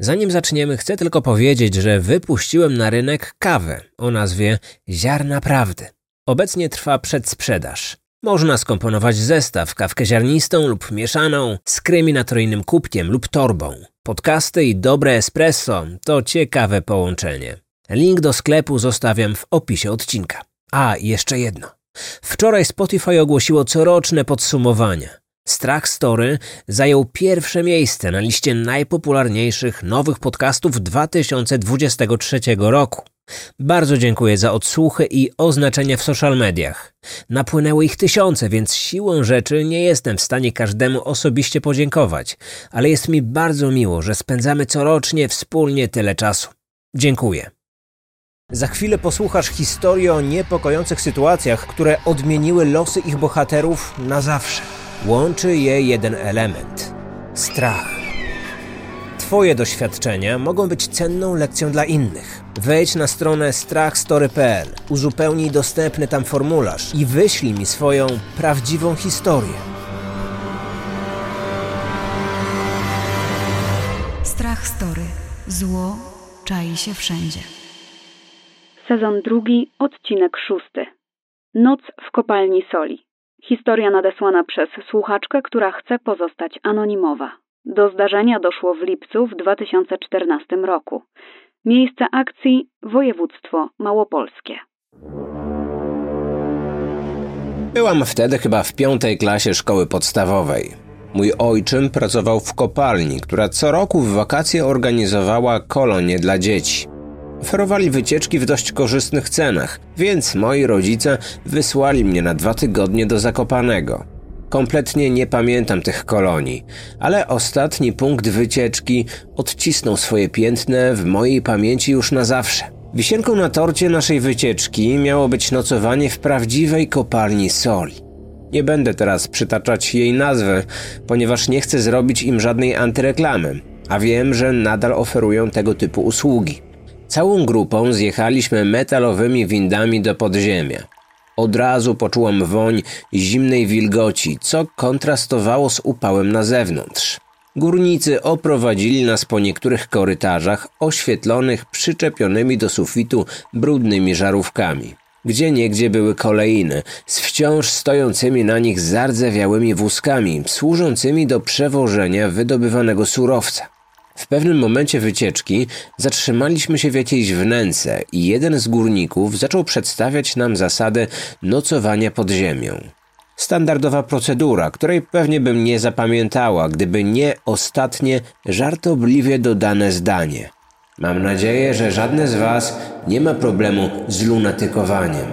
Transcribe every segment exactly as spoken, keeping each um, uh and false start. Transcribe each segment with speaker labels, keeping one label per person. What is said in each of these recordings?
Speaker 1: Zanim zaczniemy, chcę tylko powiedzieć, że wypuściłem na rynek kawę o nazwie Ziarna Prawdy. Obecnie trwa przedsprzedaż. Można skomponować zestaw, kawkę ziarnistą lub mieszaną z kryminatoryjnym kubkiem lub torbą. Podcasty i dobre espresso to ciekawe połączenie. Link do sklepu zostawiam w opisie odcinka. A, i jeszcze jedno. Wczoraj Spotify ogłosiło coroczne podsumowania. Strach Story zajął pierwsze miejsce na liście najpopularniejszych nowych podcastów dwa tysiące dwudziestego trzeciego roku. Bardzo dziękuję za odsłuchy i oznaczenia w social mediach. Napłynęły ich tysiące, więc siłą rzeczy nie jestem w stanie każdemu osobiście podziękować, ale jest mi bardzo miło, że spędzamy corocznie wspólnie tyle czasu. Dziękuję. Za chwilę posłuchasz historii o niepokojących sytuacjach, które odmieniły losy ich bohaterów na zawsze. Łączy je jeden element – strach. Twoje doświadczenia mogą być cenną lekcją dla innych. Wejdź na stronę strach story kropka p l, uzupełnij dostępny tam formularz i wyślij mi swoją prawdziwą historię.
Speaker 2: Strach Story. Zło czai się wszędzie.
Speaker 3: Sezon drugi, odcinek szósty. Noc w kopalni soli. Historia nadesłana przez słuchaczkę, która chce pozostać anonimowa. Do zdarzenia doszło w lipcu w dwa tysiące czternastym roku. Miejsce akcji – województwo małopolskie.
Speaker 1: Byłam wtedy chyba w piątej klasie szkoły podstawowej. Mój ojczym pracował w kopalni, która co roku w wakacje organizowała kolonie dla dzieci. Oferowali wycieczki w dość korzystnych cenach, więc moi rodzice wysłali mnie na dwa tygodnie do Zakopanego. Kompletnie nie pamiętam tych kolonii, ale ostatni punkt wycieczki odcisnął swoje piętno w mojej pamięci już na zawsze. Wisienką na torcie naszej wycieczki miało być nocowanie w prawdziwej kopalni soli. Nie będę teraz przytaczać jej nazwy, ponieważ nie chcę zrobić im żadnej antyreklamy, a wiem, że nadal oferują tego typu usługi. Całą grupą zjechaliśmy metalowymi windami do podziemia. Od razu poczułam woń zimnej wilgoci, co kontrastowało z upałem na zewnątrz. Górnicy oprowadzili nas po niektórych korytarzach oświetlonych przyczepionymi do sufitu brudnymi żarówkami. Gdzieniegdzie były kolejny z wciąż stojącymi na nich zardzewiałymi wózkami, służącymi do przewożenia wydobywanego surowca. W pewnym momencie wycieczki zatrzymaliśmy się w jakiejś wnęce i jeden z górników zaczął przedstawiać nam zasady nocowania pod ziemią. Standardowa procedura, której pewnie bym nie zapamiętała, gdyby nie ostatnie żartobliwie dodane zdanie. Mam nadzieję, że żadne z was nie ma problemu z lunatykowaniem.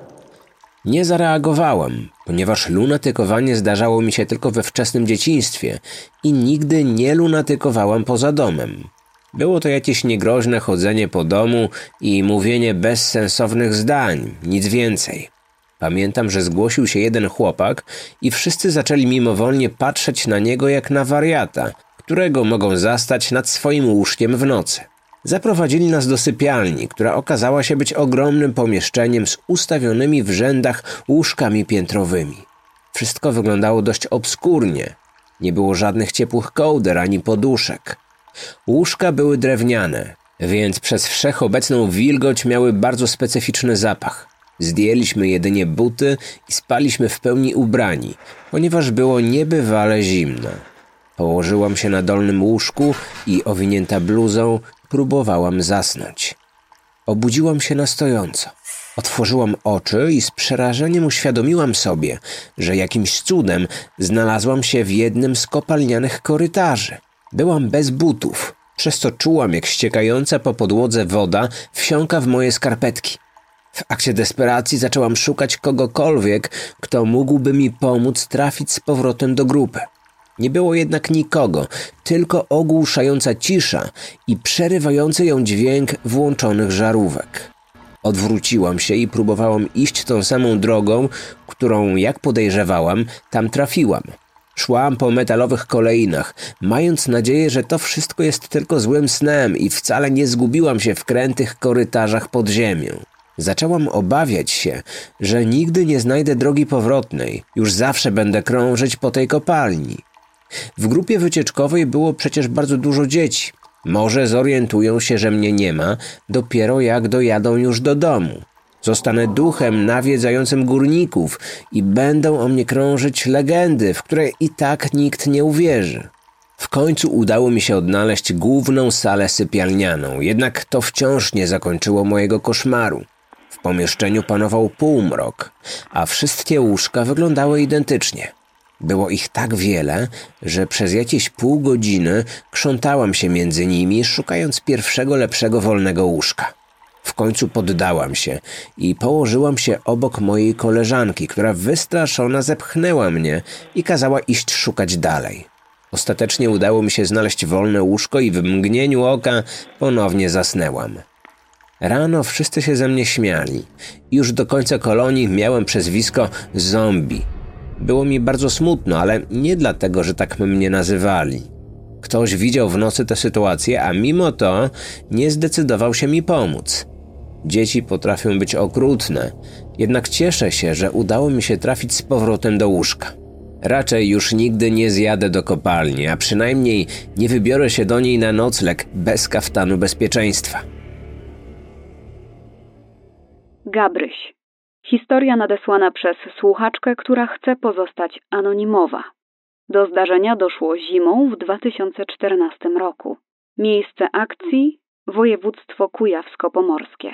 Speaker 1: Nie zareagowałam, ponieważ lunatykowanie zdarzało mi się tylko we wczesnym dzieciństwie i nigdy nie lunatykowałam poza domem. Było to jakieś niegroźne chodzenie po domu i mówienie bezsensownych zdań, nic więcej. Pamiętam, że zgłosił się jeden chłopak i wszyscy zaczęli mimowolnie patrzeć na niego jak na wariata, którego mogą zastać nad swoim łóżkiem w nocy. Zaprowadzili nas do sypialni, która okazała się być ogromnym pomieszczeniem z ustawionymi w rzędach łóżkami piętrowymi. Wszystko wyglądało dość obskurnie. Nie było żadnych ciepłych kołder ani poduszek. Łóżka były drewniane, więc przez wszechobecną wilgoć miały bardzo specyficzny zapach. Zdjęliśmy jedynie buty i spaliśmy w pełni ubrani, ponieważ było niebywale zimno. Położyłam się na dolnym łóżku i owinięta bluzą próbowałam zasnąć. Obudziłam się na stojąco. Otworzyłam oczy i z przerażeniem uświadomiłam sobie, że jakimś cudem znalazłam się w jednym z kopalnianych korytarzy. Byłam bez butów, przez co czułam, jak ściekająca po podłodze woda wsiąka w moje skarpetki. W akcie desperacji zaczęłam szukać kogokolwiek, kto mógłby mi pomóc trafić z powrotem do grupy. Nie było jednak nikogo, tylko ogłuszająca cisza i przerywający ją dźwięk włączonych żarówek. Odwróciłam się i próbowałam iść tą samą drogą, którą, jak podejrzewałam, tam trafiłam. Szłam po metalowych kolejnach, mając nadzieję, że to wszystko jest tylko złym snem i wcale nie zgubiłam się w krętych korytarzach pod ziemią. Zaczęłam obawiać się, że nigdy nie znajdę drogi powrotnej, już zawsze będę krążyć po tej kopalni. W grupie wycieczkowej było przecież bardzo dużo dzieci. Może zorientują się, że mnie nie ma, dopiero jak dojadą już do domu. Zostanę duchem nawiedzającym górników i będą o mnie krążyć legendy, w które i tak nikt nie uwierzy. W końcu udało mi się odnaleźć główną salę sypialnianą, jednak to wciąż nie zakończyło mojego koszmaru. W pomieszczeniu panował półmrok, a wszystkie łóżka wyglądały identycznie. Było ich tak wiele, że przez jakieś pół godziny krzątałam się między nimi, szukając pierwszego lepszego wolnego łóżka. W końcu poddałam się i położyłam się obok mojej koleżanki, która wystraszona zepchnęła mnie i kazała iść szukać dalej. Ostatecznie udało mi się znaleźć wolne łóżko i w mgnieniu oka ponownie zasnęłam. Rano wszyscy się ze mnie śmiali. Już do końca kolonii miałem przezwisko zombie. Było mi bardzo smutno, ale nie dlatego, że tak mnie nazywali. Ktoś widział w nocy tę sytuację, a mimo to nie zdecydował się mi pomóc. Dzieci potrafią być okrutne, jednak cieszę się, że udało mi się trafić z powrotem do łóżka. Raczej już nigdy nie zjadę do kopalni, a przynajmniej nie wybiorę się do niej na nocleg bez kaftanu bezpieczeństwa.
Speaker 3: Gabryś. Historia nadesłana przez słuchaczkę, która chce pozostać anonimowa. Do zdarzenia doszło zimą w dwa tysiące czternastym roku. Miejsce akcji – województwo kujawsko-pomorskie.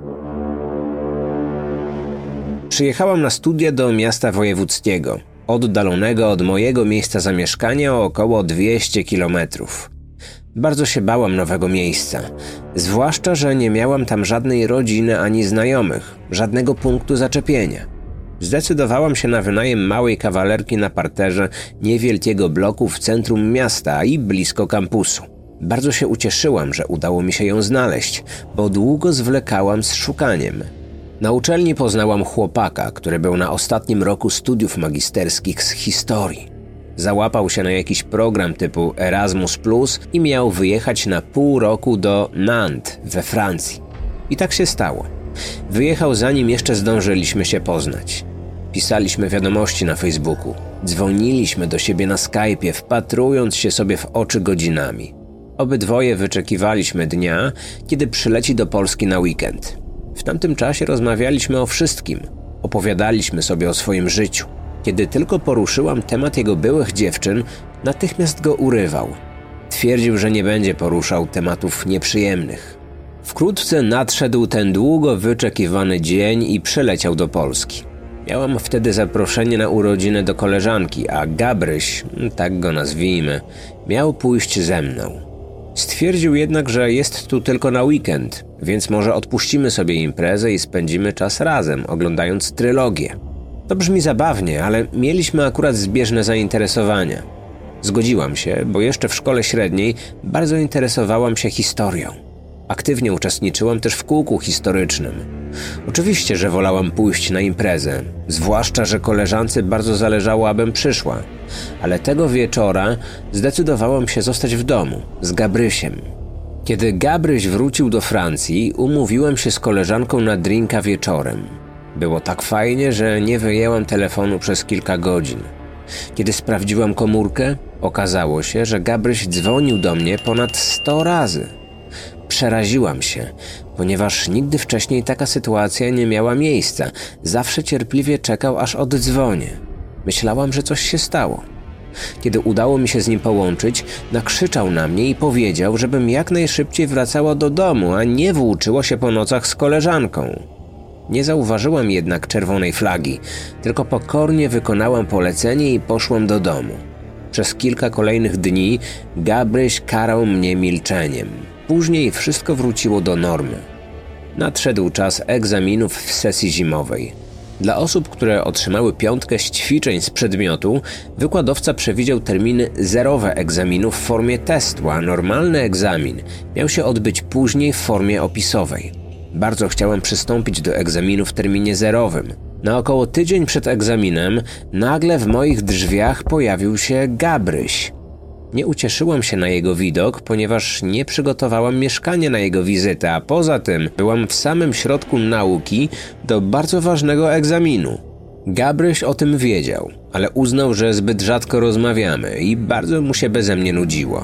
Speaker 1: Przyjechałam na studia do miasta wojewódzkiego, oddalonego od mojego miejsca zamieszkania o około dwieście kilometrów. Bardzo się bałam nowego miejsca, zwłaszcza, że nie miałam tam żadnej rodziny ani znajomych, żadnego punktu zaczepienia. Zdecydowałam się na wynajem małej kawalerki na parterze niewielkiego bloku w centrum miasta i blisko kampusu. Bardzo się ucieszyłam, że udało mi się ją znaleźć, bo długo zwlekałam z szukaniem. Na uczelni poznałam chłopaka, który był na ostatnim roku studiów magisterskich z historii. Załapał się na jakiś program typu Erasmus plus i miał wyjechać na pół roku do Nantes we Francji. I tak się stało. Wyjechał zanim jeszcze zdążyliśmy się poznać. Pisaliśmy wiadomości na Facebooku. Dzwoniliśmy do siebie na Skype'ie, wpatrując się sobie w oczy godzinami. Obydwoje wyczekiwaliśmy dnia, kiedy przyleci do Polski na weekend. W tamtym czasie rozmawialiśmy o wszystkim. Opowiadaliśmy sobie o swoim życiu. Kiedy tylko poruszyłam temat jego byłych dziewczyn, natychmiast go urywał. Twierdził, że nie będzie poruszał tematów nieprzyjemnych. Wkrótce nadszedł ten długo wyczekiwany dzień i przyleciał do Polski. Miałam wtedy zaproszenie na urodziny do koleżanki, a Gabryś, tak go nazwijmy, miał pójść ze mną. Stwierdził jednak, że jest tu tylko na weekend, więc może odpuścimy sobie imprezę i spędzimy czas razem, oglądając trylogię. To brzmi zabawnie, ale mieliśmy akurat zbieżne zainteresowania. Zgodziłam się, bo jeszcze w szkole średniej bardzo interesowałam się historią. Aktywnie uczestniczyłam też w kółku historycznym. Oczywiście, że wolałam pójść na imprezę, zwłaszcza, że koleżance bardzo zależało, abym przyszła. Ale tego wieczora zdecydowałam się zostać w domu, z Gabrysiem. Kiedy Gabryś wrócił do Francji, umówiłem się z koleżanką na drinka wieczorem. Było tak fajnie, że nie wyjęłam telefonu przez kilka godzin. Kiedy sprawdziłam komórkę, okazało się, że Gabryś dzwonił do mnie ponad sto razy. Przeraziłam się, ponieważ nigdy wcześniej taka sytuacja nie miała miejsca. Zawsze cierpliwie czekał, aż oddzwonię. Myślałam, że coś się stało. Kiedy udało mi się z nim połączyć, nakrzyczał na mnie i powiedział, żebym jak najszybciej wracała do domu, a nie włóczyło się po nocach z koleżanką. Nie zauważyłam jednak czerwonej flagi, tylko pokornie wykonałam polecenie i poszłam do domu. Przez kilka kolejnych dni Gabryś karał mnie milczeniem. Później wszystko wróciło do normy. Nadszedł czas egzaminów w sesji zimowej. Dla osób, które otrzymały piątkę z ćwiczeń z przedmiotu, wykładowca przewidział terminy zerowe egzaminu w formie testu, a normalny egzamin miał się odbyć później w formie opisowej. Bardzo chciałam przystąpić do egzaminu w terminie zerowym. Na około tydzień przed egzaminem nagle w moich drzwiach pojawił się Gabryś. Nie ucieszyłam się na jego widok, ponieważ nie przygotowałam mieszkania na jego wizytę, a poza tym byłam w samym środku nauki do bardzo ważnego egzaminu. Gabryś o tym wiedział, ale uznał, że zbyt rzadko rozmawiamy i bardzo mu się beze mnie nudziło.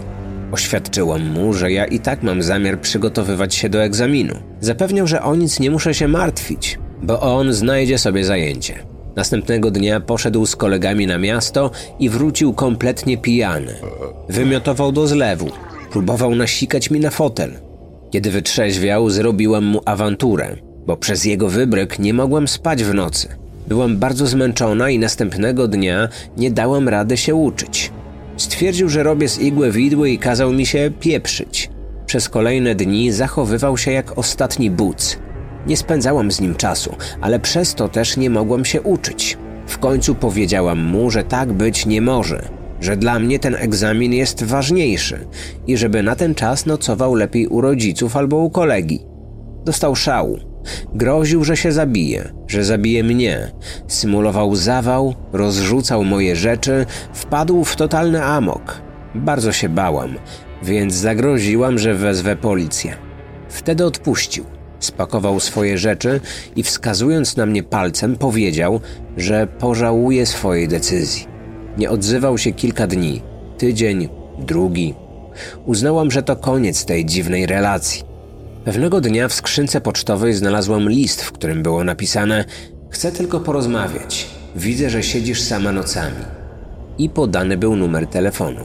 Speaker 1: Oświadczyłam mu, że ja i tak mam zamiar przygotowywać się do egzaminu. Zapewniał, że o nic nie muszę się martwić, bo on znajdzie sobie zajęcie. Następnego dnia poszedł z kolegami na miasto i wrócił kompletnie pijany. Wymiotował do zlewu, próbował nasikać mi na fotel. Kiedy wytrzeźwiał, zrobiłam mu awanturę, bo przez jego wybryk nie mogłam spać w nocy. Byłam bardzo zmęczona i następnego dnia nie dałam rady się uczyć. Stwierdził, że robię z igły widły i kazał mi się pieprzyć. Przez kolejne dni zachowywał się jak ostatni buc. Nie spędzałam z nim czasu, ale przez to też nie mogłam się uczyć. W końcu powiedziałam mu, że tak być nie może, że dla mnie ten egzamin jest ważniejszy i żeby na ten czas nocował lepiej u rodziców albo u kolegi. Dostał szału. Groził, że się zabije, że zabije mnie. Symulował zawał, rozrzucał moje rzeczy, wpadł w totalny amok. Bardzo się bałam, więc zagroziłam, że wezwę policję. Wtedy odpuścił. Spakował swoje rzeczy i wskazując na mnie palcem powiedział, że pożałuje swojej decyzji. Nie odzywał się kilka dni, tydzień, drugi. Uznałam, że to koniec tej dziwnej relacji. Pewnego dnia w skrzynce pocztowej znalazłam list, w którym było napisane: chcę tylko porozmawiać, widzę, że siedzisz sama nocami. I podany był numer telefonu.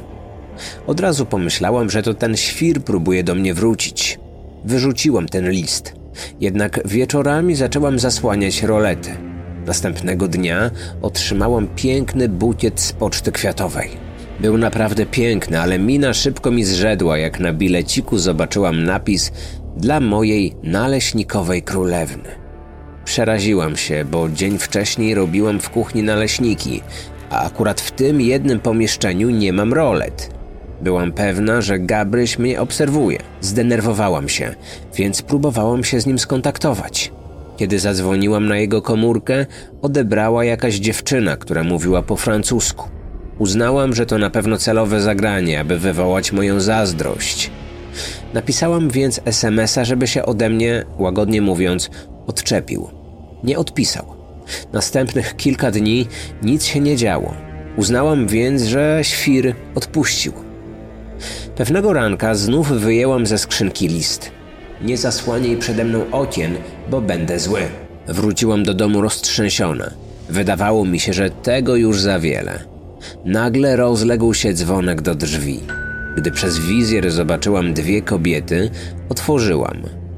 Speaker 1: Od razu pomyślałam, że to ten świr próbuje do mnie wrócić. Wyrzuciłam ten list. Jednak wieczorami zaczęłam zasłaniać rolety. Następnego dnia otrzymałam piękny bukiet z poczty kwiatowej. Był naprawdę piękny, ale mina szybko mi zrzedła, jak na bileciku zobaczyłam napis: dla mojej naleśnikowej królewny. Przeraziłam się, bo dzień wcześniej robiłam w kuchni naleśniki, a akurat w tym jednym pomieszczeniu nie mam rolet. Byłam pewna, że Gabryś mnie obserwuje. Zdenerwowałam się, więc próbowałam się z nim skontaktować. Kiedy zadzwoniłam na jego komórkę, odebrała jakaś dziewczyna, która mówiła po francusku. Uznałam, że to na pewno celowe zagranie, aby wywołać moją zazdrość. Napisałam więc es em es a, żeby się ode mnie, łagodnie mówiąc, odczepił. Nie odpisał. Następnych kilka dni nic się nie działo. Uznałam więc, że świr odpuścił. Pewnego ranka znów wyjęłam ze skrzynki list. Nie zasłaniaj przede mną okien, bo będę zły. Wróciłam do domu roztrzęsiona. Wydawało mi się, że tego już za wiele. Nagle rozległ się dzwonek do drzwi. Gdy przez wizjer zobaczyłam dwie kobiety, otworzyłam.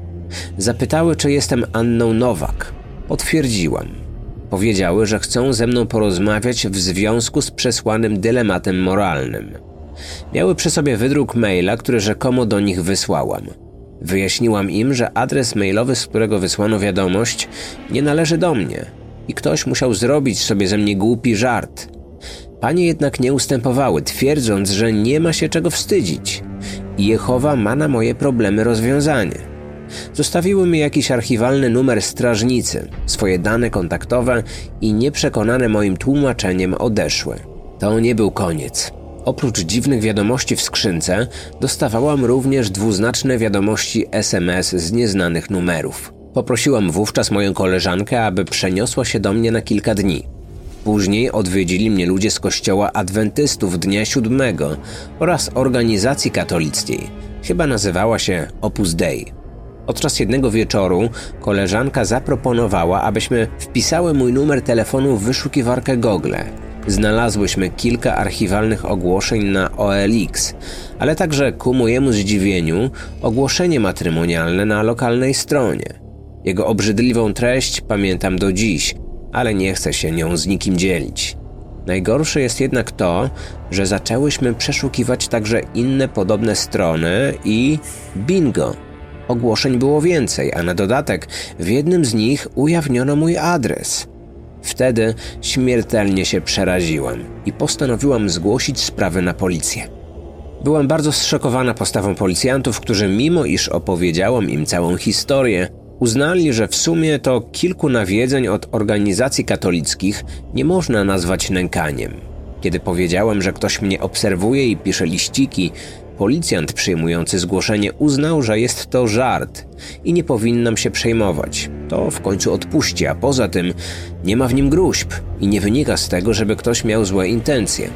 Speaker 1: Zapytały, czy jestem Anną Nowak. Potwierdziłam. Powiedziały, że chcą ze mną porozmawiać w związku z przesłanym dylematem moralnym. Miały przy sobie wydruk maila, który rzekomo do nich wysłałam. Wyjaśniłam im, że adres mailowy, z którego wysłano wiadomość, nie należy do mnie i ktoś musiał zrobić sobie ze mnie głupi żart. Panie jednak nie ustępowały, twierdząc, że nie ma się czego wstydzić i Jehowa ma na moje problemy rozwiązanie. Zostawiły mi jakiś archiwalny numer strażnicy, swoje dane kontaktowe i nieprzekonane moim tłumaczeniem odeszły. To nie był koniec. Oprócz dziwnych wiadomości w skrzynce, dostawałam również dwuznaczne wiadomości es em es z nieznanych numerów. Poprosiłam wówczas moją koleżankę, aby przeniosła się do mnie na kilka dni. Później odwiedzili mnie ludzie z kościoła adwentystów dnia siódmego oraz organizacji katolickiej. Chyba nazywała się Opus Dei. Podczas jednego wieczoru koleżanka zaproponowała, abyśmy wpisały mój numer telefonu w wyszukiwarkę Google. Znalazłyśmy kilka archiwalnych ogłoszeń na o el iks, ale także ku mojemu zdziwieniu ogłoszenie matrymonialne na lokalnej stronie. Jego obrzydliwą treść pamiętam do dziś, ale nie chcę się nią z nikim dzielić. Najgorsze jest jednak to, że zaczęłyśmy przeszukiwać także inne podobne strony i bingo! Ogłoszeń było więcej, a na dodatek w jednym z nich ujawniono mój adres. Wtedy śmiertelnie się przeraziłam i postanowiłam zgłosić sprawę na policję. Byłam bardzo zszokowana postawą policjantów, którzy mimo iż opowiedziałam im całą historię, uznali, że w sumie to kilku nawiedzeń od organizacji katolickich nie można nazwać nękaniem. Kiedy powiedziałam, że ktoś mnie obserwuje i pisze liściki, policjant przyjmujący zgłoszenie uznał, że jest to żart i nie powinnam się przejmować. To w końcu odpuści, a poza tym nie ma w nim gróźb i nie wynika z tego, żeby ktoś miał złe intencje.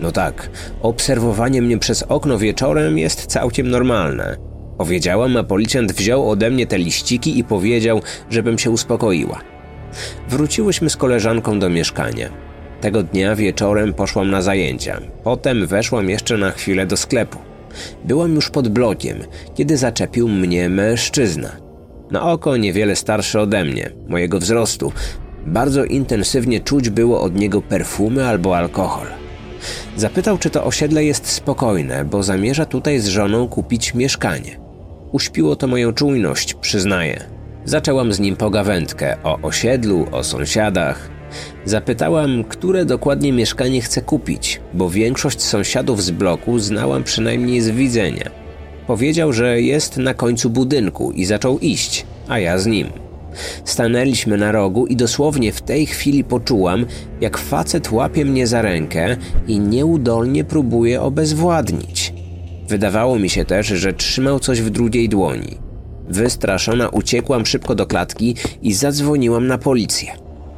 Speaker 1: No tak, obserwowanie mnie przez okno wieczorem jest całkiem normalne. Powiedziałam, a policjant wziął ode mnie te liściki i powiedział, żebym się uspokoiła. Wróciłyśmy z koleżanką do mieszkania. Tego dnia wieczorem poszłam na zajęcia. Potem weszłam jeszcze na chwilę do sklepu. Byłam już pod blokiem, kiedy zaczepił mnie mężczyzna. Na oko niewiele starszy ode mnie, mojego wzrostu. Bardzo intensywnie czuć było od niego perfumy albo alkohol. Zapytał, czy to osiedle jest spokojne, bo zamierza tutaj z żoną kupić mieszkanie. Uśpiło to moją czujność, przyznaję. Zaczęłam z nim pogawędkę o osiedlu, o sąsiadach. Zapytałam, które dokładnie mieszkanie chce kupić, bo większość sąsiadów z bloku znałam przynajmniej z widzenia. Powiedział, że jest na końcu budynku i zaczął iść, a ja z nim. Stanęliśmy na rogu i dosłownie w tej chwili poczułam, jak facet łapie mnie za rękę i nieudolnie próbuje obezwładnić. Wydawało mi się też, że trzymał coś w drugiej dłoni. Wystraszona uciekłam szybko do klatki i zadzwoniłam na policję.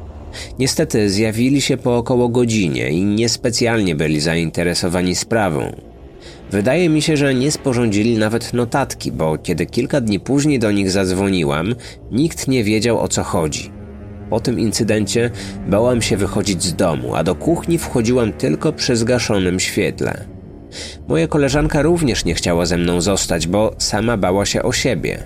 Speaker 1: Niestety zjawili się po około godzinie i niespecjalnie byli zainteresowani sprawą. Wydaje mi się, że nie sporządzili nawet notatki, bo kiedy kilka dni później do nich zadzwoniłam, nikt nie wiedział, o co chodzi. Po tym incydencie bałam się wychodzić z domu, a do kuchni wchodziłam tylko przy zgaszonym świetle. Moja koleżanka również nie chciała ze mną zostać, bo sama bała się o siebie.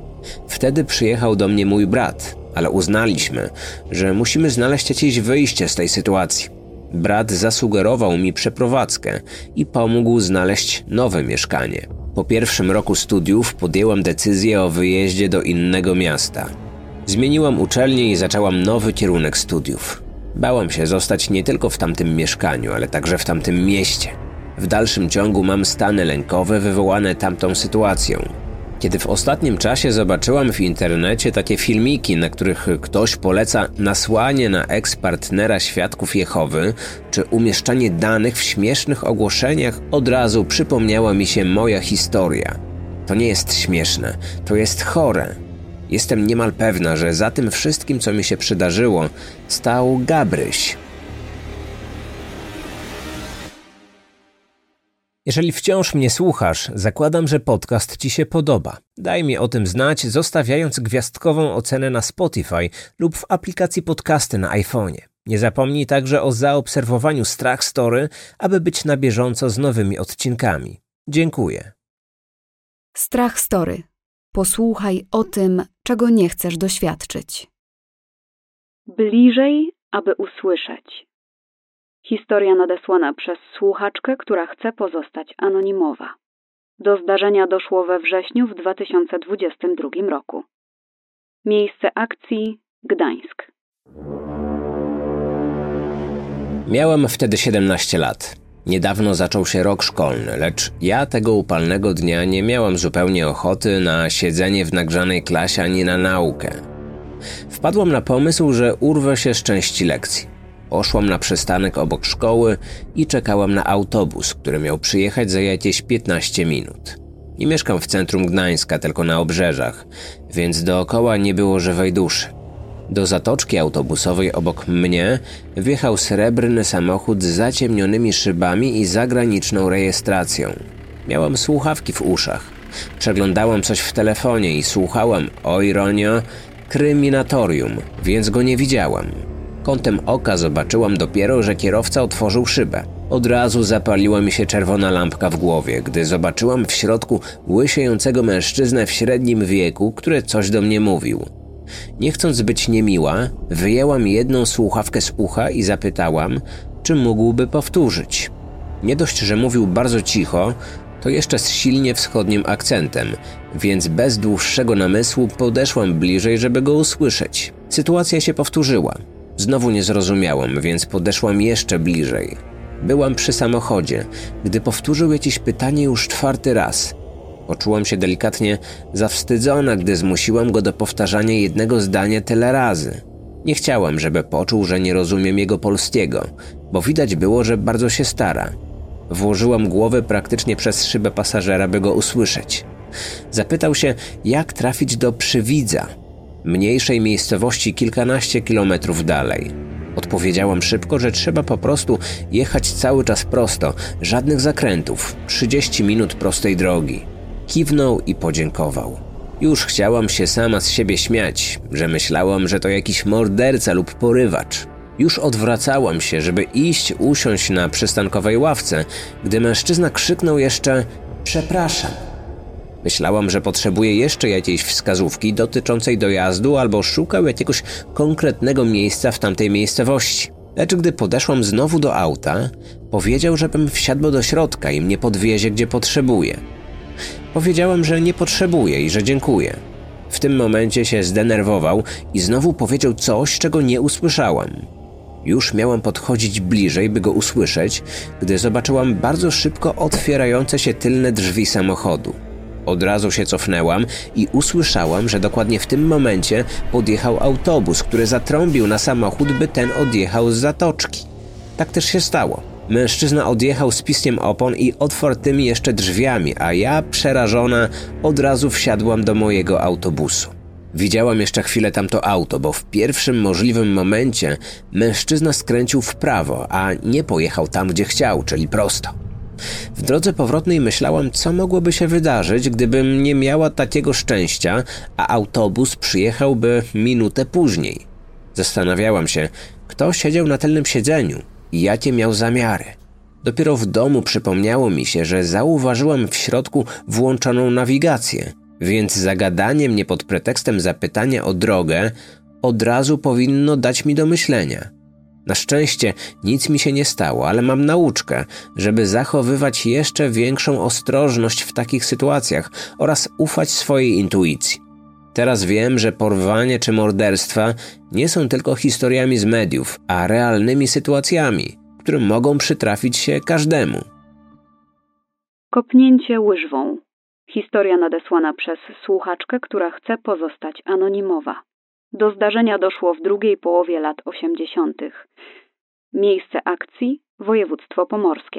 Speaker 1: Wtedy przyjechał do mnie mój brat, ale uznaliśmy, że musimy znaleźć jakieś wyjście z tej sytuacji. Brat zasugerował mi przeprowadzkę i pomógł znaleźć nowe mieszkanie. Po pierwszym roku studiów podjęłam decyzję o wyjeździe do innego miasta. Zmieniłam uczelnię i zaczęłam nowy kierunek studiów. Bałam się zostać nie tylko w tamtym mieszkaniu, ale także w tamtym mieście. W dalszym ciągu mam stany lękowe wywołane tamtą sytuacją. Kiedy w ostatnim czasie zobaczyłam w internecie takie filmiki, na których ktoś poleca nasłanie na eks-partnera Świadków Jehowy, czy umieszczanie danych w śmiesznych ogłoszeniach, od razu przypomniała mi się moja historia. To nie jest śmieszne, to jest chore. Jestem niemal pewna, że za tym wszystkim, co mi się przydarzyło, stał Gabryś. Jeżeli wciąż mnie słuchasz, zakładam, że podcast Ci się podoba. Daj mi o tym znać, zostawiając gwiazdkową ocenę na Spotify lub w aplikacji podcasty na iPhonie. Nie zapomnij także o zaobserwowaniu Strach Story, aby być na bieżąco z nowymi odcinkami. Dziękuję.
Speaker 2: Strach Story. Posłuchaj o tym, czego nie chcesz doświadczyć.
Speaker 3: Bliżej, aby usłyszeć. Historia nadesłana przez słuchaczkę, która chce pozostać anonimowa. Do zdarzenia doszło we wrześniu w dwa tysiące dwudziestym drugim roku. Miejsce akcji Gdańsk.
Speaker 1: Miałam wtedy siedemnaście lat. Niedawno zaczął się rok szkolny, lecz ja tego upalnego dnia nie miałam zupełnie ochoty na siedzenie w nagrzanej klasie ani na naukę. Wpadłam na pomysł, że urwę się z części lekcji. Poszłam na przystanek obok szkoły i czekałam na autobus, który miał przyjechać za jakieś piętnaście minut. Nie mieszkam w centrum Gdańska, tylko na obrzeżach, więc dookoła nie było żywej duszy. Do zatoczki autobusowej obok mnie wjechał srebrny samochód z zaciemnionymi szybami i zagraniczną rejestracją. Miałam słuchawki w uszach. Przeglądałam coś w telefonie i słuchałam, o ironio, kryminatorium, więc go nie widziałam. Kątem oka zobaczyłam dopiero, że kierowca otworzył szybę. Od razu zapaliła mi się czerwona lampka w głowie, gdy zobaczyłam w środku łysiejącego mężczyznę w średnim wieku, który coś do mnie mówił. Nie chcąc być niemiła, wyjęłam jedną słuchawkę z ucha i zapytałam, czy mógłby powtórzyć. Nie dość, że mówił bardzo cicho, to jeszcze z silnie wschodnim akcentem, więc bez dłuższego namysłu podeszłam bliżej, żeby go usłyszeć. Sytuacja się powtórzyła. Znowu nie zrozumiałam, więc podeszłam jeszcze bliżej. Byłam przy samochodzie, gdy powtórzył jakieś pytanie już czwarty raz. Poczułam się delikatnie zawstydzona, gdy zmusiłam go do powtarzania jednego zdania tyle razy. Nie chciałam, żeby poczuł, że nie rozumiem jego polskiego, bo widać było, że bardzo się stara. Włożyłam głowę praktycznie przez szybę pasażera, by go usłyszeć. Zapytał się, jak trafić do Przywidza, mniejszej miejscowości kilkanaście kilometrów dalej. Odpowiedziałam szybko, że trzeba po prostu jechać cały czas prosto, żadnych zakrętów, trzydzieści minut prostej drogi. Kiwnął i podziękował. Już chciałam się sama z siebie śmiać, że myślałam, że to jakiś morderca lub porywacz. Już odwracałam się, żeby iść usiąść na przystankowej ławce, gdy mężczyzna krzyknął jeszcze: „Przepraszam”. Myślałam, że potrzebuje jeszcze jakiejś wskazówki dotyczącej dojazdu albo szukał jakiegoś konkretnego miejsca w tamtej miejscowości. Lecz gdy podeszłam znowu do auta, powiedział, żebym wsiadł do środka i mnie podwiezie, gdzie potrzebuje. Powiedziałam, że nie potrzebuję i że dziękuję. W tym momencie się zdenerwował i znowu powiedział coś, czego nie usłyszałam. Już miałam podchodzić bliżej, by go usłyszeć, gdy zobaczyłam bardzo szybko otwierające się tylne drzwi samochodu. Od razu się cofnęłam i usłyszałam, że dokładnie w tym momencie podjechał autobus, który zatrąbił na samochód, by ten odjechał z zatoczki. Tak też się stało. Mężczyzna odjechał z piskiem opon i otwartymi jeszcze drzwiami, a ja, przerażona, od razu wsiadłam do mojego autobusu. Widziałam jeszcze chwilę tamto auto, bo w pierwszym możliwym momencie mężczyzna skręcił w prawo, a nie pojechał tam, gdzie chciał, czyli prosto. W drodze powrotnej myślałam, co mogłoby się wydarzyć, gdybym nie miała takiego szczęścia, a autobus przyjechałby minutę później. Zastanawiałam się, kto siedział na tylnym siedzeniu i jakie miał zamiary. Dopiero w domu przypomniało mi się, że zauważyłam w środku włączoną nawigację, więc zagadanie mnie pod pretekstem zapytania o drogę od razu powinno dać mi do myślenia. Na szczęście nic mi się nie stało, ale mam nauczkę, żeby zachowywać jeszcze większą ostrożność w takich sytuacjach oraz ufać swojej intuicji. Teraz wiem, że porwanie czy morderstwa nie są tylko historiami z mediów, a realnymi sytuacjami, które mogą przytrafić się każdemu.
Speaker 3: Kopnięcie łyżwą. Historia nadesłana przez słuchaczkę, która chce pozostać anonimowa. Do zdarzenia doszło w drugiej połowie lat osiemdziesiątych. Miejsce akcji – województwo pomorskie.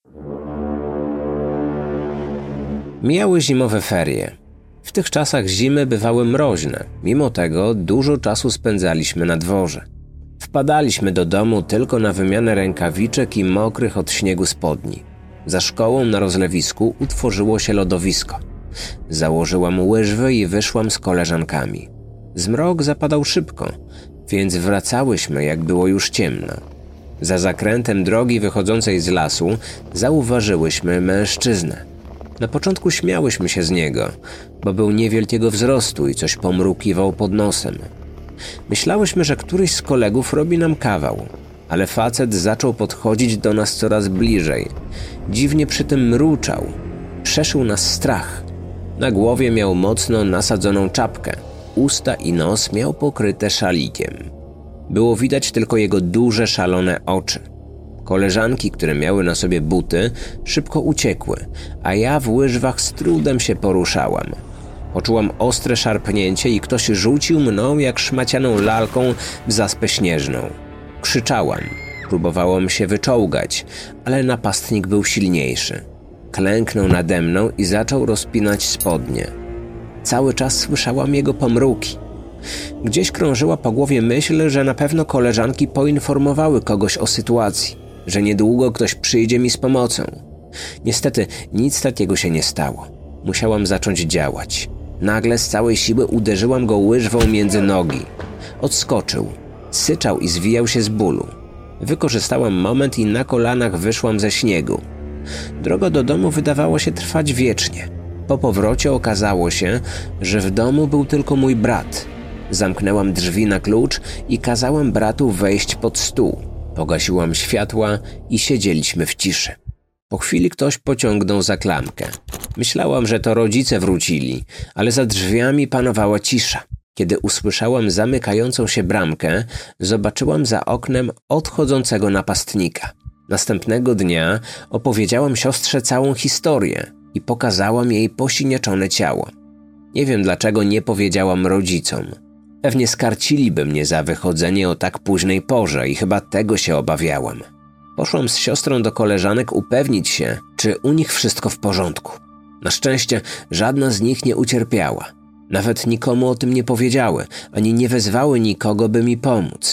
Speaker 1: Mijały zimowe ferie. W tych czasach zimy bywały mroźne, mimo tego dużo czasu spędzaliśmy na dworze. Wpadaliśmy do domu tylko na wymianę rękawiczek i mokrych od śniegu spodni. Za szkołą na rozlewisku utworzyło się lodowisko. Założyłam łyżwy i wyszłam z koleżankami. Zmrok zapadał szybko, więc wracałyśmy, jak było już ciemno. Za zakrętem drogi wychodzącej z lasu zauważyłyśmy mężczyznę. Na początku śmiałyśmy się z niego, bo był niewielkiego wzrostu i coś pomrukiwał pod nosem. Myślałyśmy, że któryś z kolegów robi nam kawał, ale facet zaczął podchodzić do nas coraz bliżej. Dziwnie przy tym mruczał. Przeszył nas strach. Na głowie miał mocno nasadzoną czapkę. Usta i nos miał pokryte szalikiem. Było widać tylko jego duże, szalone oczy. Koleżanki, które miały na sobie buty, szybko uciekły, a ja w łyżwach z trudem się poruszałam. Poczułam ostre szarpnięcie i ktoś rzucił mną jak szmacianą lalką w zaspę śnieżną. Krzyczałam. Próbowałam się wyczołgać, ale napastnik był silniejszy. Klęknął nade mną i zaczął rozpinać spodnie. Cały czas słyszałam jego pomruki. Gdzieś krążyła po głowie myśl, że na pewno koleżanki poinformowały kogoś o sytuacji, że niedługo ktoś przyjdzie mi z pomocą. Niestety nic takiego się nie stało. Musiałam zacząć działać. Nagle z całej siły uderzyłam go łyżwą między nogi. Odskoczył. Syczał i zwijał się z bólu. Wykorzystałam moment i na kolanach wyszłam ze śniegu. Droga do domu wydawała się trwać wiecznie. Po powrocie okazało się, że w domu był tylko mój brat. Zamknęłam drzwi na klucz i kazałam bratu wejść pod stół. Pogasiłam światła i siedzieliśmy w ciszy. Po chwili ktoś pociągnął za klamkę. Myślałam, że to rodzice wrócili, ale za drzwiami panowała cisza. Kiedy usłyszałam zamykającą się bramkę, zobaczyłam za oknem odchodzącego napastnika. Następnego dnia opowiedziałam siostrze całą historię i pokazałam jej posiniaczone ciało. Nie wiem, dlaczego nie powiedziałam rodzicom. Pewnie skarciliby mnie za wychodzenie o tak późnej porze i chyba tego się obawiałam. Poszłam z siostrą do koleżanek upewnić się, czy u nich wszystko w porządku. Na szczęście żadna z nich nie ucierpiała. Nawet nikomu o tym nie powiedziały, ani nie wezwały nikogo, by mi pomóc.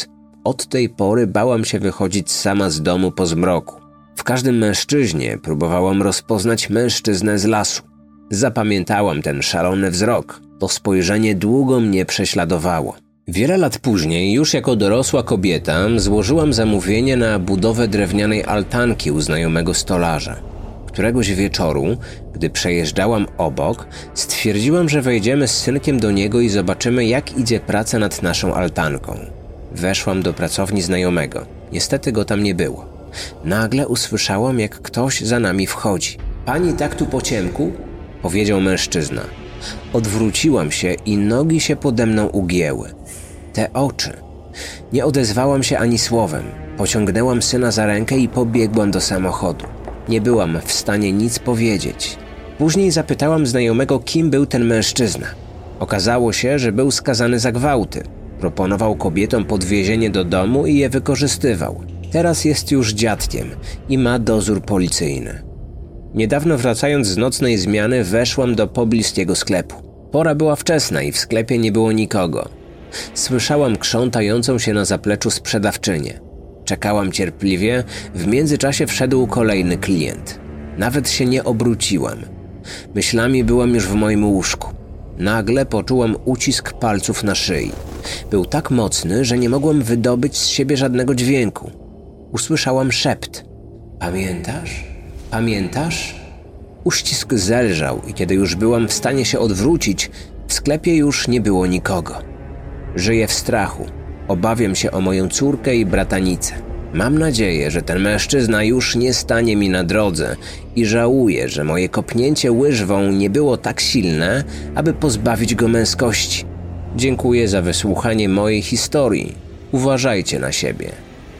Speaker 1: Od tej pory bałam się wychodzić sama z domu po zmroku. W każdym mężczyźnie próbowałam rozpoznać mężczyznę z lasu. Zapamiętałam ten szalony wzrok. To spojrzenie długo mnie prześladowało. Wiele lat później, już jako dorosła kobieta, złożyłam zamówienie na budowę drewnianej altanki u znajomego stolarza. Któregoś wieczoru, gdy przejeżdżałam obok, stwierdziłam, że wejdziemy z synkiem do niego i zobaczymy, jak idzie praca nad naszą altanką. Weszłam do pracowni znajomego. Niestety go tam nie było. Nagle usłyszałam, jak ktoś za nami wchodzi. „Pani tak tu po ciemku?” powiedział mężczyzna. Odwróciłam się i nogi się pode mną ugięły. Te oczy. Nie odezwałam się ani słowem. Pociągnęłam syna za rękę i pobiegłam do samochodu. Nie byłam w stanie nic powiedzieć. Później zapytałam znajomego, kim był ten mężczyzna. Okazało się, że był skazany za gwałty. Proponował kobietom podwiezienie do domu i je wykorzystywał. Teraz jest już dziadkiem i ma dozór policyjny. Niedawno wracając z nocnej zmiany weszłam do pobliskiego sklepu. Pora była wczesna i w sklepie nie było nikogo. Słyszałam krzątającą się na zapleczu sprzedawczynię. Czekałam cierpliwie, w międzyczasie wszedł kolejny klient. Nawet się nie obróciłam. Myślami byłam już w moim łóżku. Nagle poczułam ucisk palców na szyi. Był tak mocny, że nie mogłam wydobyć z siebie żadnego dźwięku. Usłyszałam szept. „Pamiętasz? Pamiętasz?” Uścisk zelżał i kiedy już byłam w stanie się odwrócić, w sklepie już nie było nikogo. Żyję w strachu. Obawiam się o moją córkę i bratanicę. Mam nadzieję, że ten mężczyzna już nie stanie mi na drodze i żałuję, że moje kopnięcie łyżwą nie było tak silne, aby pozbawić go męskości. Dziękuję za wysłuchanie mojej historii. Uważajcie na siebie.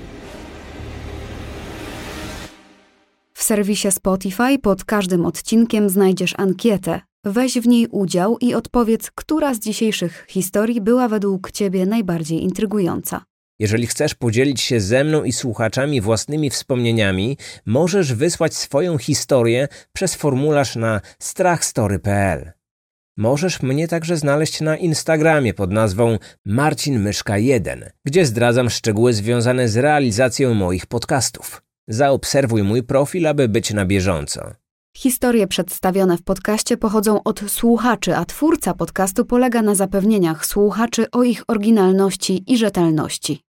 Speaker 2: W serwisie Spotify pod każdym odcinkiem znajdziesz ankietę. Weź w niej udział i odpowiedz, która z dzisiejszych historii była według Ciebie najbardziej intrygująca.
Speaker 1: Jeżeli chcesz podzielić się ze mną i słuchaczami własnymi wspomnieniami, możesz wysłać swoją historię przez formularz na strach story kropka p l. Możesz mnie także znaleźć na Instagramie pod nazwą Marcin Myszka jeden, gdzie zdradzam szczegóły związane z realizacją moich podcastów. Zaobserwuj mój profil, aby być na bieżąco.
Speaker 2: Historie przedstawione w podcaście pochodzą od słuchaczy, a twórca podcastu polega na zapewnieniach słuchaczy o ich oryginalności i rzetelności.